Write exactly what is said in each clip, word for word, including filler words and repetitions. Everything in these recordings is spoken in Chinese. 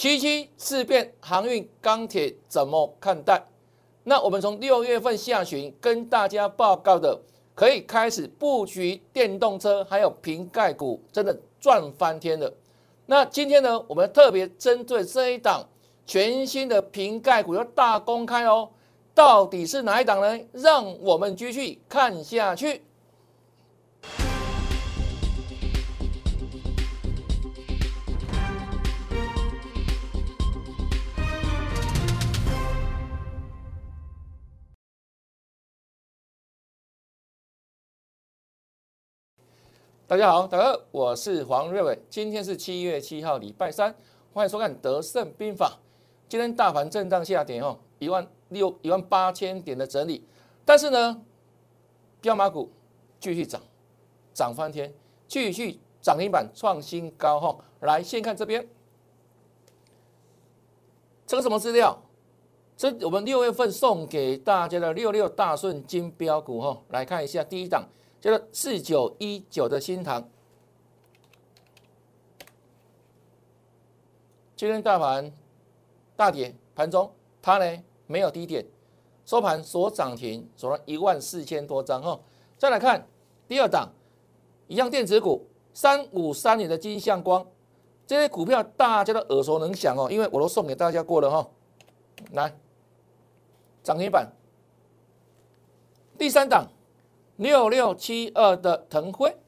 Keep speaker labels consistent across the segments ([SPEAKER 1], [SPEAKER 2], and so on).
[SPEAKER 1] 七七事变，航运、钢铁怎么看待？那我们从六月份下旬跟大家报告的，可以开始布局电动车，还有瓶盖股，真的赚翻天了。那今天呢，我们特别针对这一档全新的瓶盖股要大公开哦，到底是哪一档呢？让我们继续看下去。大家好，大家好，我是黄瑞伟。今天是七月七号，礼拜三，欢迎收看《德胜兵法》。今天大盘震荡下跌哦，一万六一万八千点的整理，但是呢，标马股继续涨，涨翻天，继续涨停板创新高哈。来，先看这边，这个什么资料？这我们六月份送给大家的六六大顺金标股哈，来看一下第一档。叫做四九一九的新唐，今天大盘大跌，盘中它呢没有低点，收盘所涨停，锁了一万四千多张哈。再来看第二档，一样电子股，三五三零的金相光，这些股票大家都耳熟能详哦，因为我都送给大家过了哈。来，涨停板，第三档。六六七二的腾辉，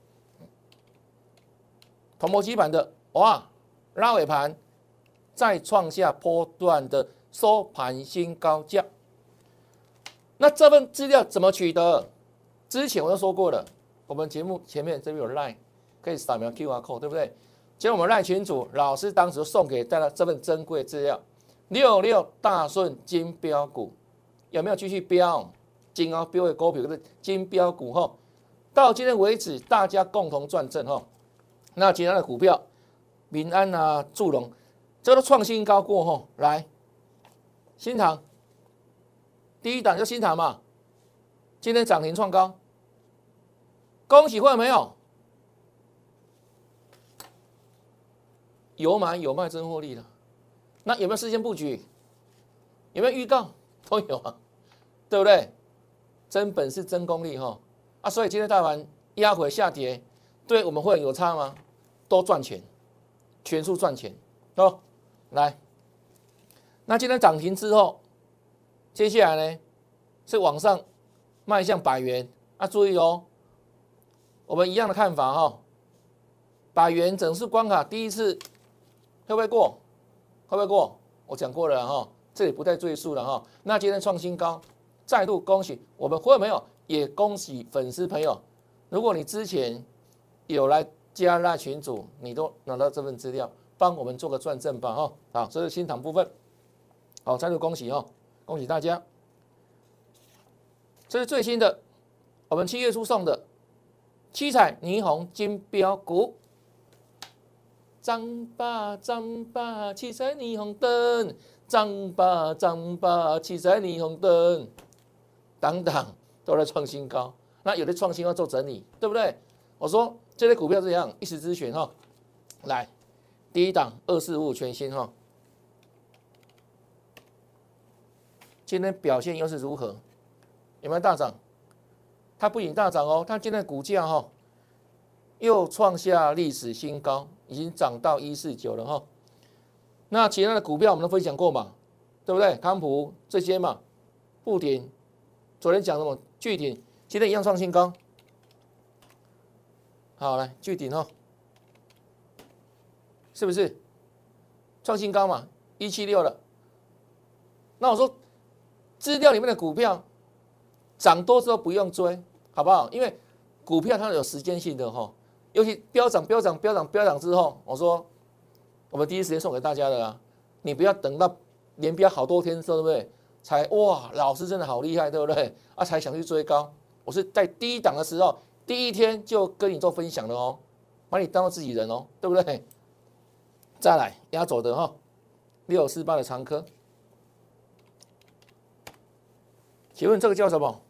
[SPEAKER 1] 铜箔基板的哇，拉尾盘再创下波段的收盘新高价。那这份资料怎么取得？之前我都说过了，我们节目前面这边有 LINE 可以扫描 Q R code， 对不对？结果我们 LINE 群组老师当时送给大家这份珍贵资料，六六大顺金标股有没有继续标？金鳌标的股票是金标股哈，到今天为止，大家共同赚正哈。那其他的股票，民安啊、祝融，这都创新高过后，来，新唐，第一档就新唐嘛，今天涨停创高，恭喜会员没有？有买有卖真获利了。那有没有事先布局？有没有预告？都有啊，对不对？真本事、真功力哈啊！所以今天大盘压回下跌，对我们会有差吗？都赚钱，全数赚钱哦。来，那今天涨停之后，接下来呢是往上迈向百元啊！注意哦，我们一样的看法哈。百元整数关卡第一次会不会过？会不会过？我讲过了哈，这里不再赘述了哈。那今天创新高。再度恭喜我们会员朋友，也恭喜粉丝朋友。如果你之前有来加那群组，你都拿到这份资料，帮我们做个转正吧哈。好，这是新塘部分。好，再度恭喜哈，恭喜大家。这是最新的，我们七月初送的七彩霓虹金标股。涨吧涨吧，七彩霓虹灯，涨吧涨吧，七彩霓虹灯。档档都在创新高，那有的创新要做整理，对不对？我说这类股票这样一时之选哈，来，第一档二四五全新哈，今天表现又是如何？有没有大涨？它不仅大涨哦，它今天的股价哈又创下历史新高，已经涨到一四九了哈。那其他的股票我们都分享过嘛，对不对？康普这些嘛，富鼎。昨天讲什么？巨鼎今天一样创新高。好，来巨鼎哈，是不是创新高嘛？一七六了。那我说资料里面的股票涨多之后不用追，好不好？因为股票它有时间性的哈，尤其飙涨、飙涨、飙涨、飙涨之后，我说我们第一时间送给大家的啦，你不要等到连飙好多天之后，对不对？才哇，老师真的好厉害，对不对？啊，才想去追高。我是在第一档的时候，第一天就跟你做分享了哦，把你当做自己人哦，对不对？再来压轴的哈，六四八的长科，请问这个叫什么？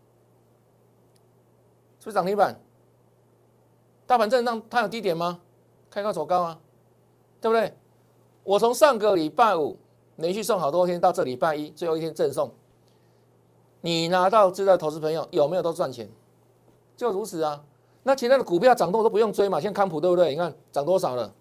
[SPEAKER 1] 是不是涨停板？大盘震荡，它有低点吗？开高走高啊，对不对？ 我从上个礼拜五连续送好多天，到这礼拜一最后一天赠送，你拿到资料投资朋友有没有都赚钱？就如此啊。那其他的股票涨多都不用追嘛，像康普对不对？你看涨多少了？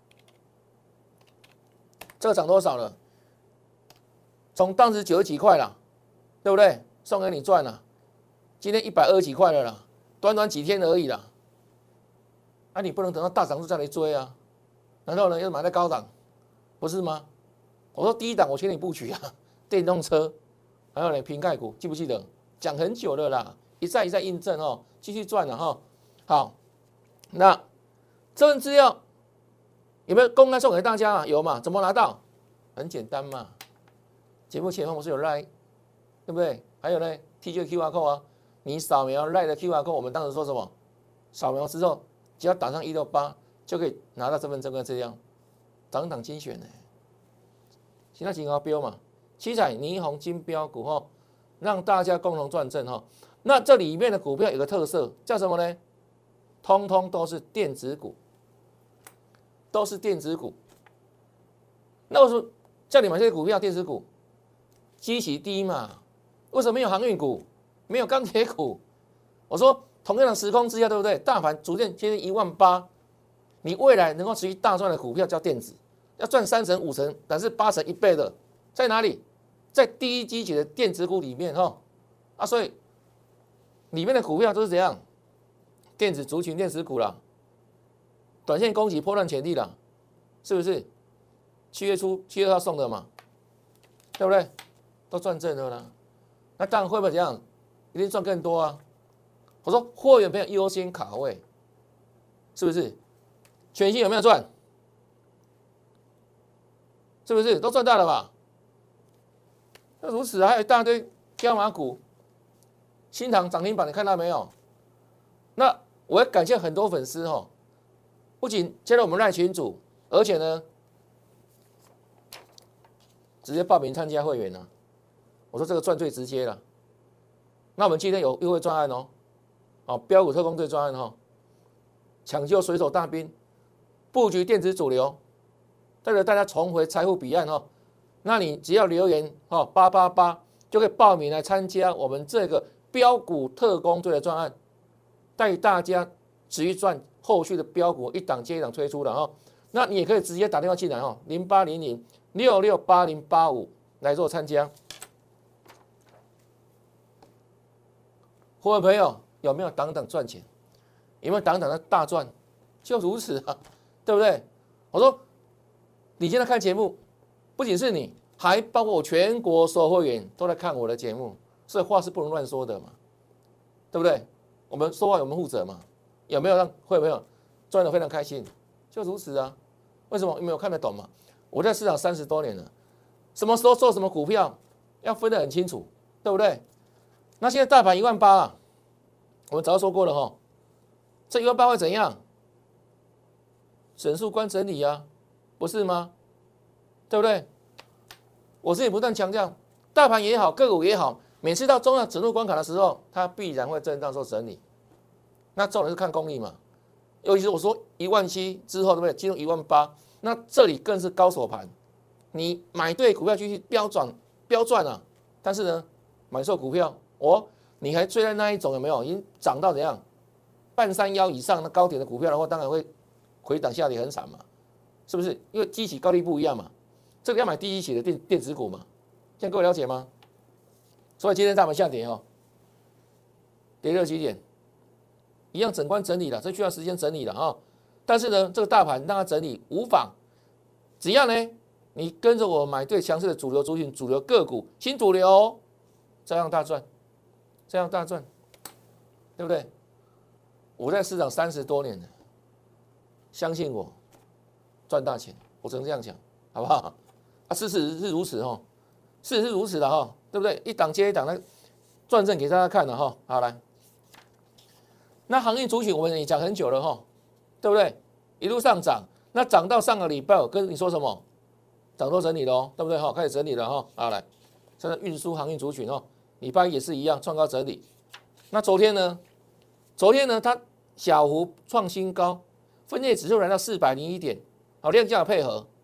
[SPEAKER 1] 这个涨多少了？从当时九十几块了，对不对？送给你赚了，今天一百二十几块了啦，短短几天而已啦。啊，你不能等到大涨势再来追啊？难道呢要买在高档？不是吗？我说低档我劝你布局啊，电动车，还有呢瓶盖股，记不记得？讲很久了啦，一再一再印证哦，继续赚了哈。好，那这份资料有没有公开送给大家啊？有嘛？怎么拿到？很简单嘛，节目前方不是有 Line， 对不对？还有呢 ，T G Q R code 啊，你扫描 Line 的 Q R code， 我们当时说什么？扫描之后，只要打上一六八，就可以拿到这份这个这样涨涨精选呢。现在金额标嘛，七彩霓虹金标股哈，让大家共同赚正哈。那这里面的股票有个特色，叫什么呢？通通都是电子股，都是电子股。那我说叫你买这些股票，电子股，基期低嘛？为什么没有航运股，没有钢铁股？我说同样的时空之下，对不对？大盘逐渐接近一万八，你未来能够持续大赚的股票叫电子，要赚三成、五成，但是八成、一倍的在哪里？在第一基期的电子股里面哈啊，所以里面的股票都是怎样？电子族群、电子股啦，短线攻击波段潜力啦，是不是？七月初七月号送的嘛，对不对？都赚正了啦。那当然会不会怎样？一定赚更多啊！我说货源朋友优先卡位，是不是？全新有没有赚？是不是都赚大了吧？那如此还有一大堆标码股，新唐涨停板，你看到没有？那我要感谢很多粉丝哦，不仅加入我们赖群组，而且呢，直接报名参加会员了、啊。我说这个赚最直接了。那我们今天有优惠专案哦，哦标股特工队专案哦，抢救水手大兵，布局电子主流，带着大家重回财富彼岸哦。那你只要留言哦八八八，就可以报名来参加我们这个标股特工队的专案。带大家持续赚后续的标股，一档接一档推出的哈。那你也可以直接打电话进来哈，零八零零六六八零八五来做参加。伙伴朋友有没有档档赚钱？有没有档档的大赚？就如此啊，对不对？我说你现在看节目，不仅是你，还包括我全国所有会员都在看我的节目，所以话是不能乱说的嘛，对不对？我们说话有没有负责嘛？有没有让会员朋友赚得非常开心？就如此啊！为什么？有没有看得懂嘛？我在市场三十多年了，什么时候做什么股票，要分得很清楚，对不对？那现在大盘一万八啊，我们早就说过了哈，这一万八会怎样？整数关整理啊，不是吗？对不对？我这里不断强调，大盘也好，个股也好。每次到重要指数关卡的时候，它必然会震荡做整理。那重点是看功力嘛，尤其是我说一万七之后，对不对？进入一万八，那这里更是高手盘。你买对股票继续飙涨飙赚啊！但是呢，买错股票，哦，你还追在那一种有没有？已经涨到怎样？半山腰以上的高点的股票的话，当然会回档下跌很惨嘛，是不是？因为基期高低不一样嘛。这个要买第一期的电电子股嘛，这样各位了解吗？所以今天大盘下跌哦，跌六几点，一样整关整理了，这需要时间整理了啊。但是呢，这个大盘让它整理无妨，只要呢你跟着我买对强势的主流族群、主流个股、新主流、哦，这样大赚，这样大赚，对不对？我在市场三十多年了，相信我，赚大钱，我只能这样讲，好不好？啊，事实是如此哦，事实是如此的哈。对不对？一档接一档来转正给大家看了哈。好来，那航运族群我们也讲很久了哈，对不对？一路上涨，那涨到上个礼拜我跟你说什么？涨多整理了哦，对不对哈？开始整理了哈。好来，现在运输航运族群哦，礼拜一也是一样创高整理。那昨天呢？昨天呢，它小幅创新高，分类指数来到四百零一点，好量价配合哦，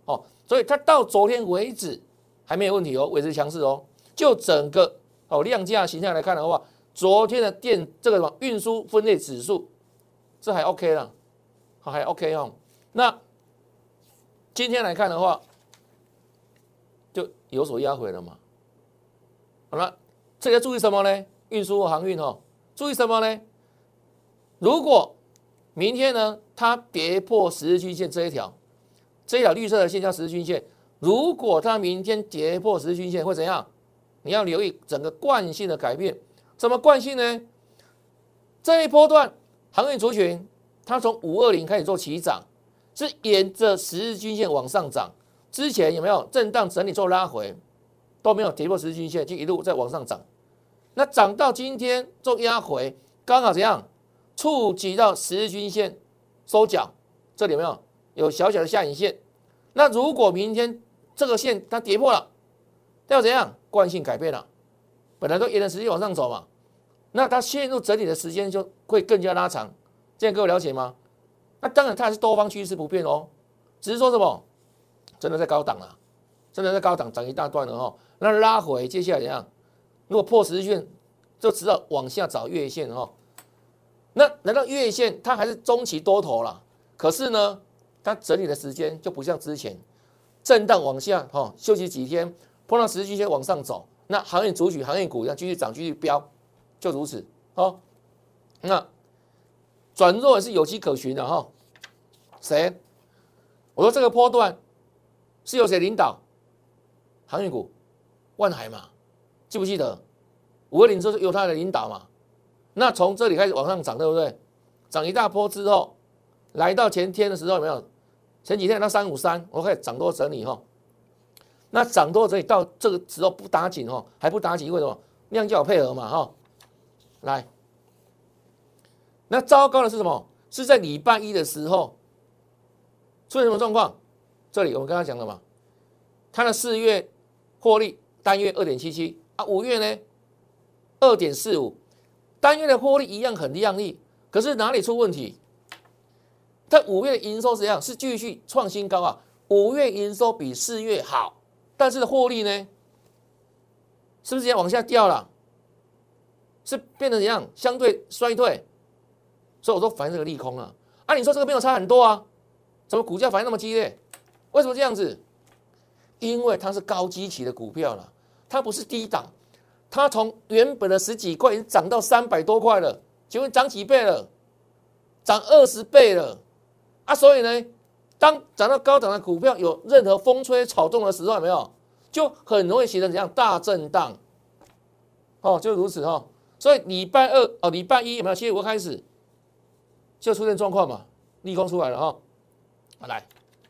[SPEAKER 1] 所以它到昨天为止还没有问题哦，维持强势哦。就整个哦量价形态来看的话，昨天的电这个什么运输分类指数，这还 OK 了，好还 OK 哦。那今天来看的话，就有所压回了嘛。好了，这个要注意什么呢？运输航运哦，注意什么呢？如果明天呢，它跌破十日均线这一条，这一条绿色的线叫十日均线。如果它明天跌破十日均线会怎样？你要留意整个惯性的改变。怎么惯性呢？这一波段航运族群，它从五二零开始做起涨，是沿着十日均线往上涨。之前有没有震荡整理做拉回，都没有跌破十日均线，就一路在往上涨。那涨到今天做压回，刚好怎样？触及到十日均线收脚，这里有没有有小小的下影线？那如果明天这个线它跌破了，要怎样？惯性改变了，本来都沿着十日往上走嘛，那它陷入整理的时间就会更加拉长。这样各位了解吗？那当然它还是多方趋势不变哦，只是说什么？真的在高档了，真的在高档涨一大段了哈。那拉回接下来怎样？如果破十日线，就只好往下找月线哈。那来到月线，它还是中期多头啦，可是呢，它整理的时间就不像之前震荡往下哈，休息几天，碰到十日均线往上走，那航运族群、航运股要继续涨、继续飙，就如此哦。那转弱也是有迹可循的哈。谁？我说这个波段是由谁领导？航运股，万海嘛，记不记得？五二零就是由它的领导嘛。那从这里开始往上涨，对不对？涨一大波之后，来到前天的时候有没有？前几天到三五三，我开始涨多整理哈。那涨多整理到这个时候不打紧哈，还不打紧，为什么？量价有配合嘛哈。来，那糟糕的是什么？是在礼拜一的时候出现什么状况？这里我们刚刚讲了嘛，它的四月获利单月 二点七七 啊，五月呢 二点四五。单月的获利一样很亮丽，可是哪里出问题？它五月的营收怎样？是继续创新高啊！五月营收比四月好，但是获利呢，是不是这样往下掉了？是变得怎样？相对衰退。所以我说反映这个利空啊！啊，你说这个没有差很多啊？怎么股价反应那么激烈？为什么这样子？因为它是高基期的股票了，它不是低档。它从原本的十几块已经涨到三百多块了，请问涨几倍了？涨二十倍了啊！所以呢，当涨到高档的股票有任何风吹草动的时候，有没有就很容易形成怎样大震荡？哦，就如此哦。所以礼拜二哦，礼拜一有没有七月五开始就出现状况嘛？利空出来了哈、哦。好来，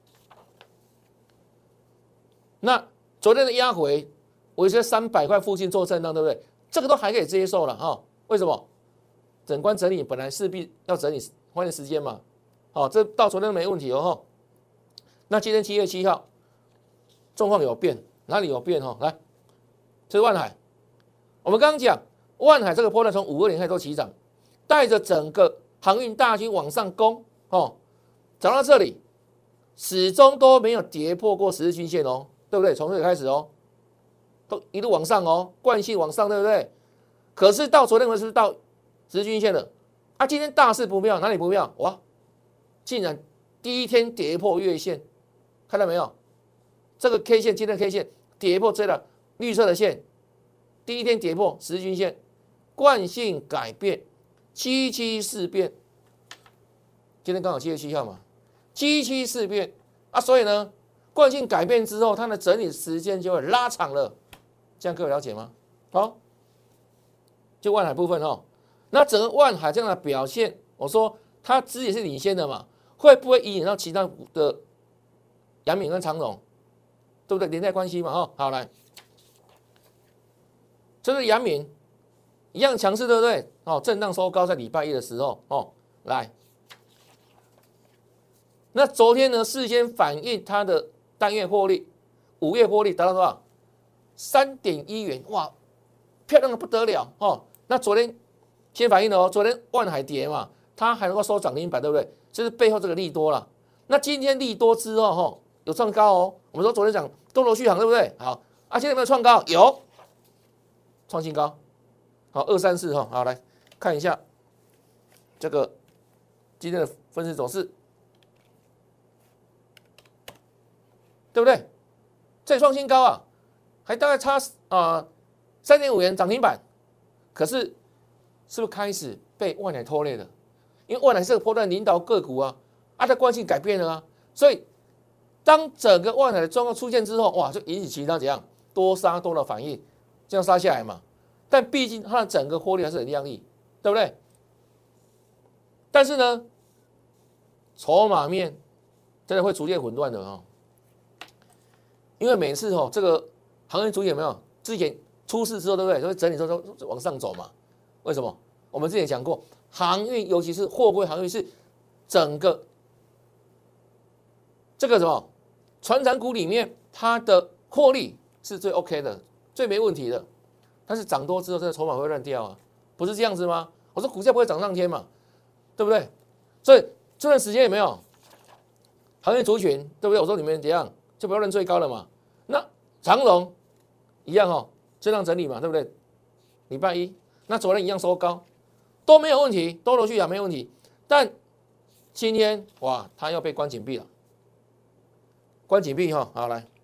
[SPEAKER 1] 那昨天的压回。我在三百块附近做震荡，对不对？这个都还可以接受了哈。为什么？整关整理本来势必要整理，花点时间嘛。好，这到昨天没问题哦哈。那今天七月七号，状况有变，哪里有变哈？来，这是万海。我们刚刚讲万海这个波段从五二零开始做起涨，带着整个航运大军往上攻哦，涨到这里，始终都没有跌破过十日均线哦，对不对？从这里开始哦。都一路往上哦，惯性往上，对不对？可是到昨天为止是到十日均线了啊！今天大势不妙，哪里不妙？哇，竟然第一天跌破月线，看到没有？这个 K 线，今天 K 线跌破这条绿色的线，第一天跌破十日均线，惯性改变，七七事变。今天刚好七月七号嘛，七七事变啊！所以呢，惯性改变之后，它的整理时间就会拉长了。这样各位了解吗？好，就万海部分哦。那整个万海这样的表现，我说它资也是领先的嘛，会不会影响到其他的阳明跟长荣，对不对？连带关系嘛，哈。好，来，这是阳明一样强势，对不对？哦，震荡收高在礼拜一的时候，哦，来，那昨天呢，事先反映它的单月获利，五月获利达到多少？三点一元，哇，漂亮的不得了哦。那昨天先反映了哦，昨天万海跌嘛，它还能够收涨停板，对不对？这是背后这个利多了。那今天利多之后，哈， 有创高哦。我们说昨天讲多头续航，对不对？好啊，今天有没有创高？有，创新高。好，二三四哈，好来看一下这个今天的分时走势，对不对？再创新高啊，还大概差啊三点五元涨停板，可是是不是开始被外奶拖累了？因为外奶是个波段领导个股啊，它的惯性改变了啊，所以当整个外奶的状况出现之后，哇，就引起其他怎样多杀多的反应，这样杀下来嘛。但毕竟它的整个获利还是很亮丽，对不对？但是呢，筹码面真的会逐渐混乱的哦，因为每次哦，这个行业主体有没有之前出事之后，对不对？就会整理之后就往上走嘛。为什么？我们之前讲过，航运尤其是货柜航运是整个这个什么传产股里面，它的获利是最 OK 的，最没问题的。但是涨多之后，这个筹码会乱掉啊，不是这样子吗？我说股价不会涨上天嘛，对不对？所以这段时间有没有行业族群，对不对？我说你们怎样就不要认最高了嘛。那长荣一样哦，震荡整理嘛，对不对？礼拜一，那昨天一样收高，都没有问题，多头续航没有问题。但今天哇，它要被关紧闭了，关紧闭哈，好来，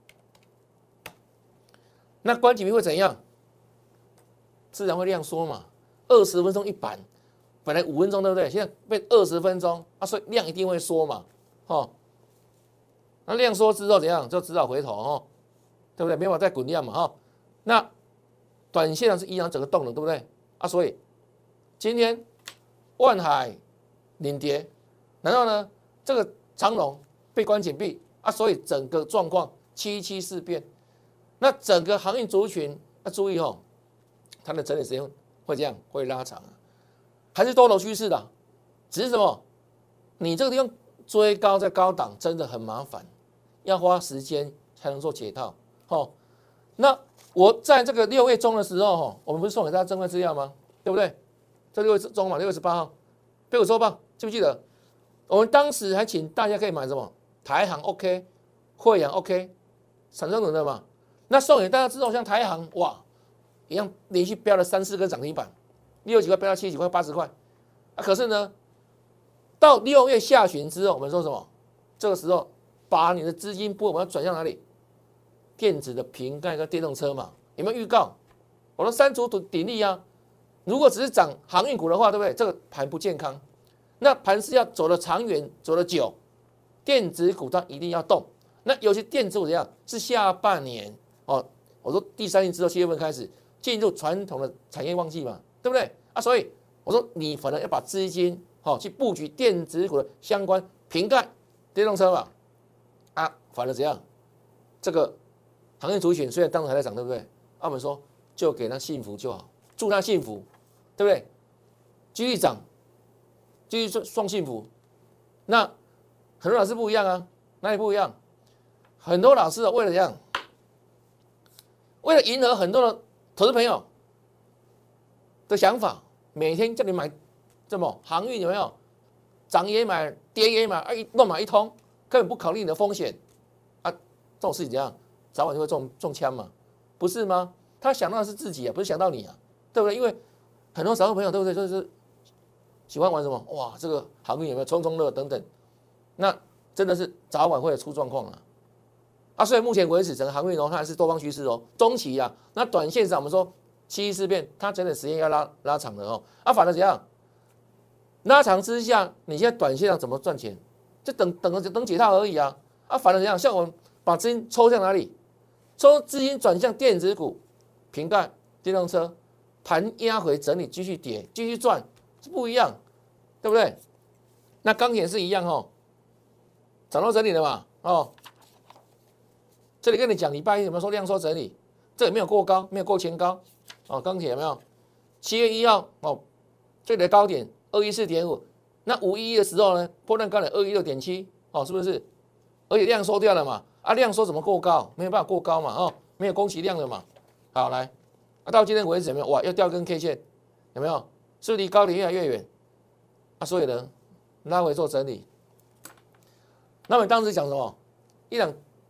[SPEAKER 1] 那关紧闭会怎样？自然会量缩嘛，二十分钟一板，本来五分钟对不对？现在变二十分钟啊，所以量一定会缩嘛，哦，那量缩之后怎样？就只好回头哦，对不对？没办法再滚量嘛，哈、哦，那短线上是依然整个动了，对不对？啊，所以今天万海领跌，难道呢这个长荣被关紧闭啊？所以整个状况七七事变，那整个航运族群要注意哦。它的整理时间会这样，会拉长啊，还是多头趋势的，只是什么？你这个地方追高在高档真的很麻烦，要花时间才能做解套。哦，那我在这个六月中的时候，哈，我们不是送给大家正规资料吗？对不对？这六月中嘛，六月十八号，标股周报记不记得？我们当时还请大家可以买什么？台航 OK， 惠阳 OK， 产生等的嘛。那送给大家之后，像台航哇。一样连续飙了三四根涨停板，六十几块飙到七十几块、八十块，啊，可是呢，到六月下旬之后，我们说什么？这个时候把你的资金波我们要转向哪里？电子的瓶盖跟电动车嘛，有没有预告？我说三足鼎立啊！如果只是涨航运股的话，对不对？这个盘不健康，那盘是要走得长远、走得久，电子股它一定要动。那尤其电子股怎样？是下半年哦，我说第三季之后七月份开始。进入传统的产业旺季嘛，对不对啊？所以我说你反而要把资金好、哦、去布局电子股的相关瓶盖、电动车嘛，啊，反而怎样？这个行业族群虽然当时还在涨，对不对？啊，我们说就给他幸福就好，祝他幸福，对不对？继续涨，继续双幸福。那很多老师不一样啊，哪里不一样？很多老师为了怎样？为了迎合很多的投资朋友的想法，每天叫你买这么航运有没有？涨也买，跌也买，啊，乱买一通，根本不考虑你的风险啊！这种事情怎样？早晚就会中中枪嘛，不是吗？他想到的是自己啊，不是想到你啊，对不对？因为很多散户朋友对不对？就是喜欢玩什么？哇，这个航运有没有冲冲乐等等？那真的是早晚会出状况啊！啊，所以目前为止，整个航运哦，它还是多方趋势哦。中期啊，那短线上我们说七七事变，它整整时间要拉拉长的哦。啊，反而怎样？拉长之下，你现在短线上怎么赚钱？就等等等解套而已啊！啊，反而怎样？像我们把资金抽向哪里？抽资金转向电子股、瓶盖、电动车，盘压回整理，继续跌，继续赚，是不一样，对不对？那钢铁是一样哦，涨到整理了嘛？哦。这里跟你讲，礼拜一有没有说量缩整理？这也没有过高，没有过前高哦。钢铁有没有？七月一号哦，最低的高点二一四点五，那五一一的时候呢，波段高点二一六点七哦，是不是？而且量缩掉了嘛？啊，量缩怎么过高？没有办法过高嘛？哦，没有供给量了嘛？好，来，啊，到今天为止有没有？哇，又掉根 K 线，有没有？是不是离高点越来越远？啊，所以呢，拉回做整理。那么当时讲什么？一档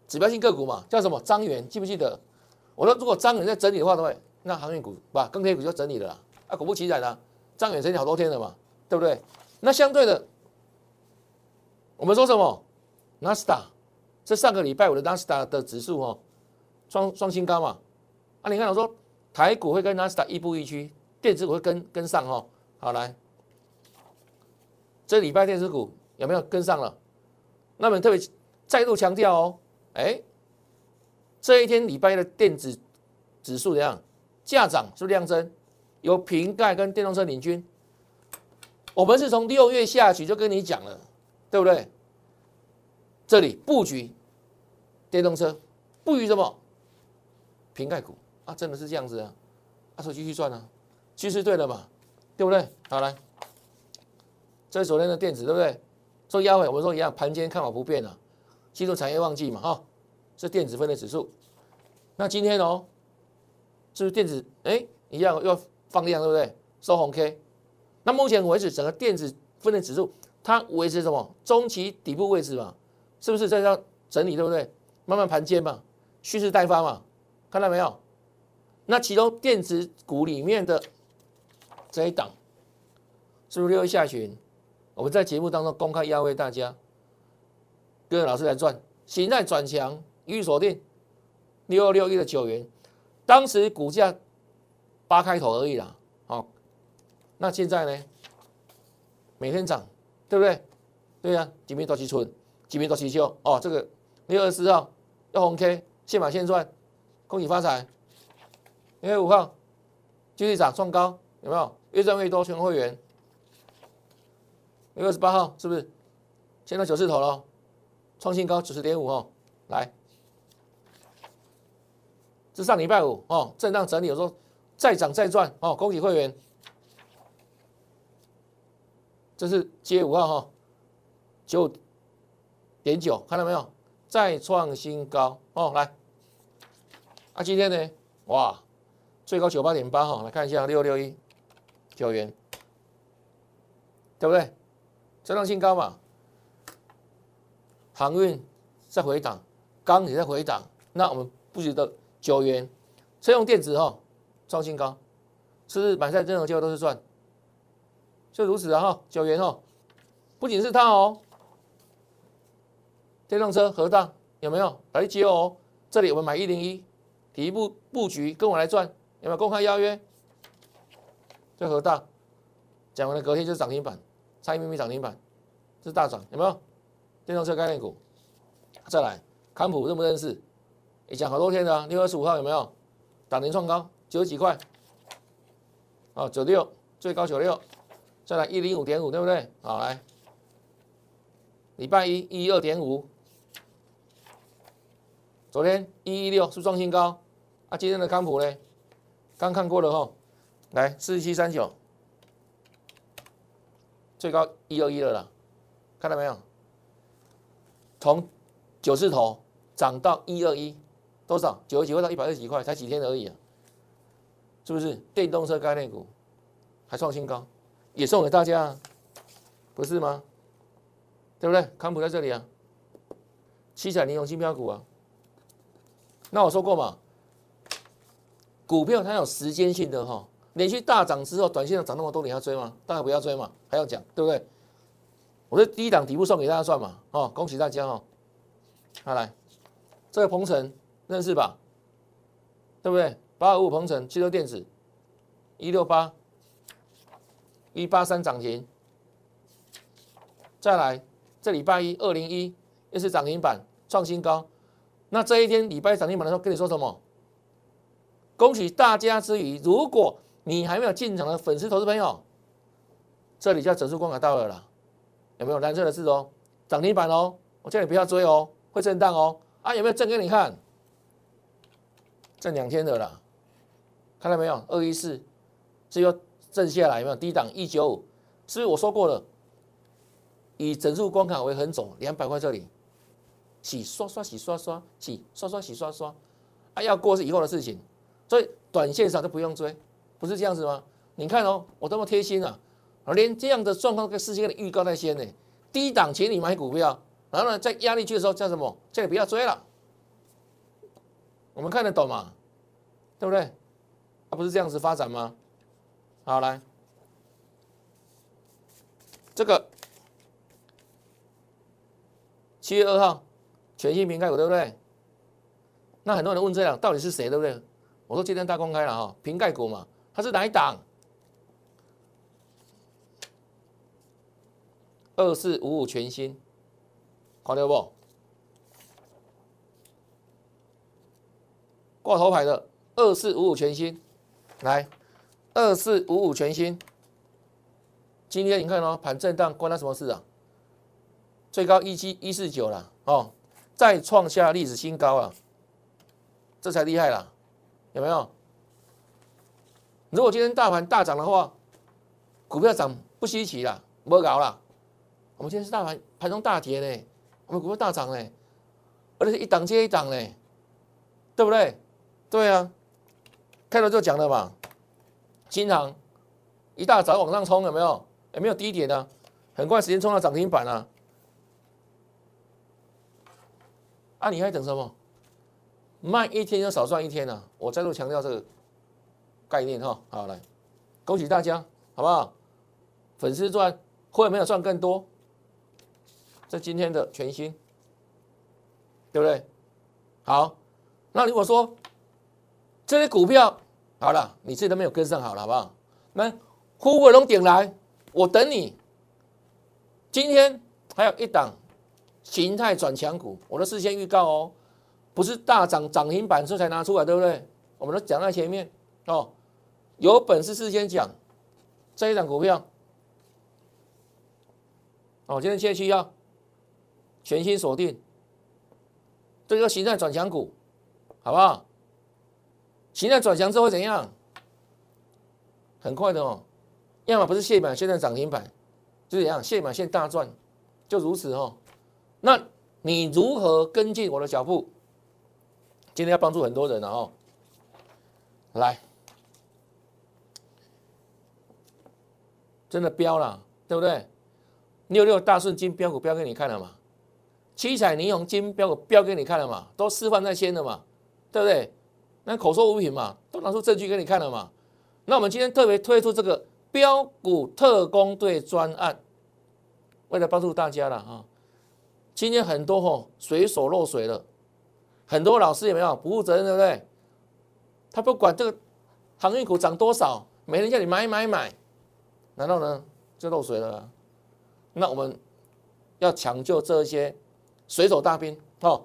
[SPEAKER 1] 指标性个股嘛，叫什么？张元，记不记得？我说如果张元在整理的话，对不对？那航运股吧，钢铁股就整理了啦。啊，果不其然啊，张元整理好多天了嘛，对不对？那相对的，我们说什么？纳斯达，这上个礼拜五的纳斯达的指数哦，双双新高嘛。啊，你看我说台股会跟纳斯达亦步亦趋，电子股会跟跟上哦。好来，这礼拜电子股有没有跟上了？那么特别再度强调哦，哎，这一天礼拜一的电子指数怎样？价涨是不是量增？由瓶盖跟电动车领军。我们是从六月下旬就跟你讲了，对不对？这里布局电动车，布局什么？瓶盖股啊，真的是这样子啊，啊，所以继续赚啊，趋势对了嘛，对不对？好来，这是昨天的电子，对不对？做压尾，我们说一样，盘间看法不变啊，进入产业旺季嘛，哈，是电子分类指数。那今天哦，就是电子，哎，一样又放量，对不对？收红 K。那目前为止，整个电子分类指数它维持什么中期底部位置嘛？是不是在这整理，对不对？慢慢盘间嘛，蓄势待发嘛，看到没有？那其中电子股里面的这一档，是不是六月下旬我们在节目当中公开邀约大家，跟着老师来赚，形态转强，一律锁定六二六一的九元，当时股价八开头而已啦，好。那现在呢？每天涨，对不对？对呀、啊，几名多期春，几名多期休哦。这个六月二十四号要红 K， 现买现赚，恭喜发财。六月五号继续涨创高，有没有？越赚越多，全会员。六月二十八号是不是？现在九字头了，创新高九十点五哦。来，这上礼拜五哦，震荡整理，有时候再涨再赚哦，恭喜会员。这是七月五号哈，九点九，看到没有？再创新高哦，来，啊，今天呢，哇，最高九八点八哈，来看一下六六一九元，对不对？再创新高嘛，航运在回档，钢也在回档，那我们布局的九元，车用电子哈，创新高，是不是买在任何机会都是赚？就如此啊哈，九元哦，不仅是它哦，电动车核大有没有来接哦？这里我们买一零一，底部布局，跟我来赚，有没有公开邀约？这核大讲完了，隔天就是涨停板，差一咪咪涨停板，这是大涨，有没有？电动车概念股，再来康普认不认识？也讲好多天的啊，六月二十五号有没有？涨停创高九十几块，哦，九六最高九六。再来一零五点五，对不对？好，来，礼拜一一一二点五，昨天一一六是创新高，啊，今天的康普呢？刚看过了哈，来四十七三九，最高一二一了啦，看到没有？从九字头涨到一二一，多少？九十几块到一百二十几块，才几天而已啊，是不是？电动车概念股还创新高。也送给大家啊，不是吗？对不对？康普在这里啊，七彩尼龙金标股啊。那我说过嘛，股票它有时间性的哈，连续大涨之后，短线上涨那么多，你要追吗？当然不要追嘛，还要讲，对不对？我是第一档底部送给大家算嘛，哦，恭喜大家哦。好来，这个鹏程认识吧？对不对？八二五鹏程汽车电子，一六八。一八三涨停，再来这礼拜一二零一又是涨停板创新高。那这一天礼拜涨停板的时候跟你说什么？恭喜大家之余，如果你还没有进场的粉丝投资朋友，这里叫整数关卡到了啦，有没有蓝色的字哦？涨停板哦，我叫你不要追哦，会震荡哦。啊，有没有震给你看？震两天的啦，看到没有？二一四，这又震下来有没有？低档一九五，是不是我说过了？以整数关卡为横轴，两百块这里，洗刷刷洗刷刷，洗刷刷洗刷刷，啊，要过是以后的事情，所以短线上就不用追，不是这样子吗？你看哦，我多么贴心啊！连这样的状况跟事先给你预告在先呢，低档请你买股票，然后呢，在压力区的时候叫什么？叫你不要追了， 我们看得懂嘛？对不对？它不是这样子发展吗？好，来，这个七月二号全新瓶盖股，对不对？那很多人问这样到底是谁，对不对？我说今天大公开了哈，瓶盖股嘛，它是哪一档？二四五五全新，看到不？挂头牌的二四五五全新，来，二四五五全新。今天你看哦，盘震荡关它什么事啊？最高一七一四九了哦，再创下历史新高啊，这才厉害啦，有没有？如果今天大盘大涨的话，股票涨不稀奇啦，没搞啦。我们今天是大盘盘中大跌呢，我们股票大涨呢，而且是一档接一档呢，对不对？对啊，开头就讲了嘛，新航一大早往上冲，有没有？也没有低点的、啊，很快时间冲到涨停板啊！啊，你还等什么？慢一天就少赚一天啊！我再度强调这个概念哈。好，来，恭喜大家，好不好？粉丝赚，会员没有赚更多。这今天的全新，对不对？好，那如果说这些股票好了，你自己都没有跟上，好了，好不好？那呼伟龙点来，我等你。今天还有一档形态转强股，我都事先预告哦，不是大涨涨停板之后才拿出来，对不对？我们都讲在前面哦，有本事事先讲这一档股票。哦，今天七月七号全新锁定，这个形态转强股，好不好？形态转强之后会怎样？很快的哦，要么不是现买现在涨停板，就是怎样现买现大赚，就如此哦。那你如何跟进我的脚步？今天要帮助很多人了哦。来，真的标了，对不对？六六大顺金标股标给你看了嘛？七彩霓虹金标股标给你看了嘛？都示范在先了嘛？对不对？那口说无凭嘛，都拿出证据给你看了嘛？那我们今天特别推出这个标股特工队专案，为了帮助大家了啊！今天很多吼水手漏水了，很多老师有没有不负责任，对不对？他不管这个航运股涨多少，每人叫你买买买，难道呢就漏水了啊？那我们要抢救这些水手大兵哦，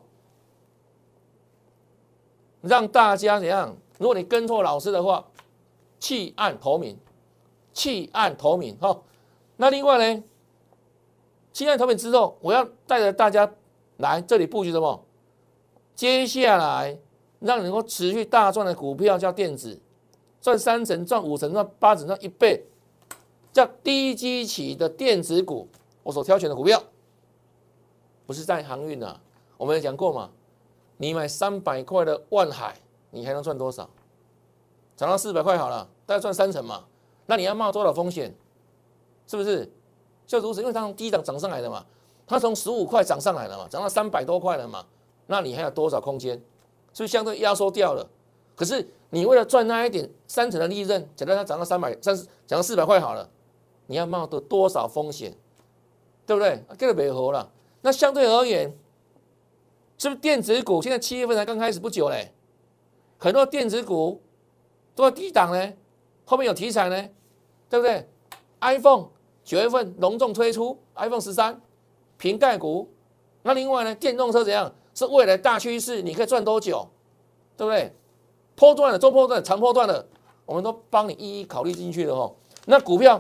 [SPEAKER 1] 让大家怎样？如果你跟错老师的话，弃暗投明，弃暗投明哈。那另外呢，弃暗投明之后，我要带着大家来这里布局什么？接下来让你能够持续大赚的股票叫电子，赚三成、赚五成、赚八成、赚一倍，叫低基期的电子股。我所挑选的股票，不是在航运啊，我们有讲过嘛？你买三百块的万海，你还能赚多少？涨到四百块好了，大概赚三成嘛。那你要冒多少风险？是不是？就如此，因为它从低档涨上来的嘛，它从十五块涨上来了嘛，涨到三百多块了嘛。那你还有多少空间？是不是相对压缩掉了？可是你为了赚那一点三成的利润，假设它涨到三百三十，涨到四百块好了，你要冒的多少风险？对不对？这个没合了。那相对而言，是不是电子股现在七月份才刚开始不久嘞？很多电子股都在低档呢，后面有题材呢，对不对 ？iPhone 九月份隆重推出 iPhone 十三瓶盖股，那另外呢，电动车怎样？是未来大趋势，你可以赚多久？对不对？波段的、中波段的、长波段的，我们都帮你一一考虑进去了哦。那股票，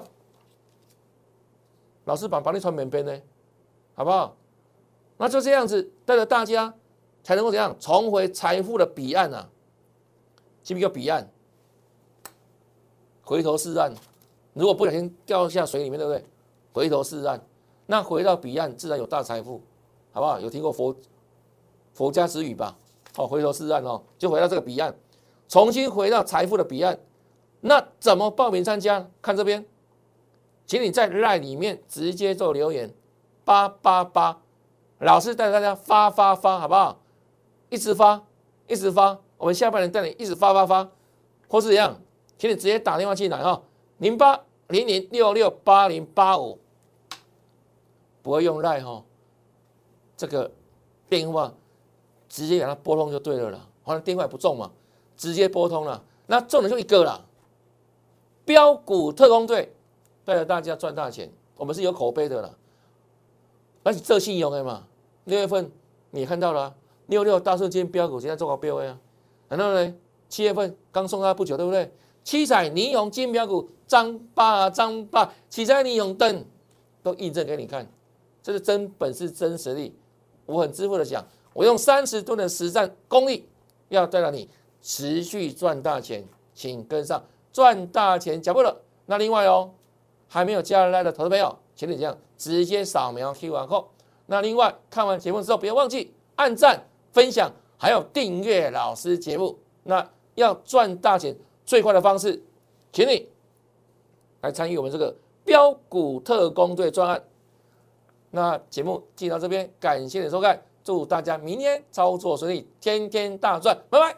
[SPEAKER 1] 老师把把你传免边呢，好不好？那就这样子，带着大家才能够怎样重回财富的彼岸啊？记不记得彼岸？回头是岸，如果不小心掉下水里面，对不对？回头是岸，那回到彼岸自然有大财富，好不好？有听过佛佛家之语吧？哦，回头是岸哦，就回到这个彼岸，重新回到财富的彼岸。那怎么报名参加？看这边，请你在 LINE 里面直接做留言，八八八，老师带着大家发发发，好不好？一直发，一直发。 我们下半年带你一直发发发，或是怎样，请你直接打电话进来哈，零八零零六六八零八五，不会用赖哈，这个电话直接给它拨通就对了啦，反正电话也不重嘛，直接拨通了。那重点就一个啦，标股特工队带着大家赚大钱，我们是有口碑的啦，而且这信用的嘛，六月份你也看到了、啊，六六大顺今天标股现在做个标 A 啊，然后呢，七月份刚送他不久，对不对？七彩霓虹金标股张爸张爸，七彩霓虹灯都印证给你看，这是真本事真实力。我很自负的讲，我用三十吨的实战功力，要带让你持续赚大钱，请跟上赚大钱脚步了。那另外哦，还没有加入来的投资朋友，请你这样直接扫描 Q R code。那另外看完节目之后，不要忘记按赞、分享，还有订阅老师节目。那要赚大钱最快的方式，请你来参与我们这个标股特工队专案。那节目进到这边，感谢你的收看，祝大家明天操作顺利，天天大赚，拜拜。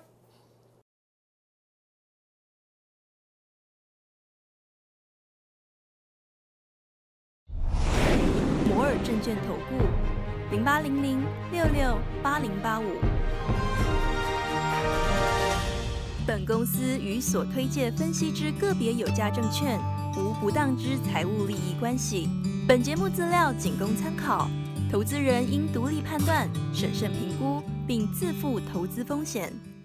[SPEAKER 2] 摩尔证券投顾零八零零六六八零八五。本公司与所推介分析之个别有价证券无不当之财务利益关系。本节目资料仅供参考，投资人应独立判断、审慎评估，并自负投资风险。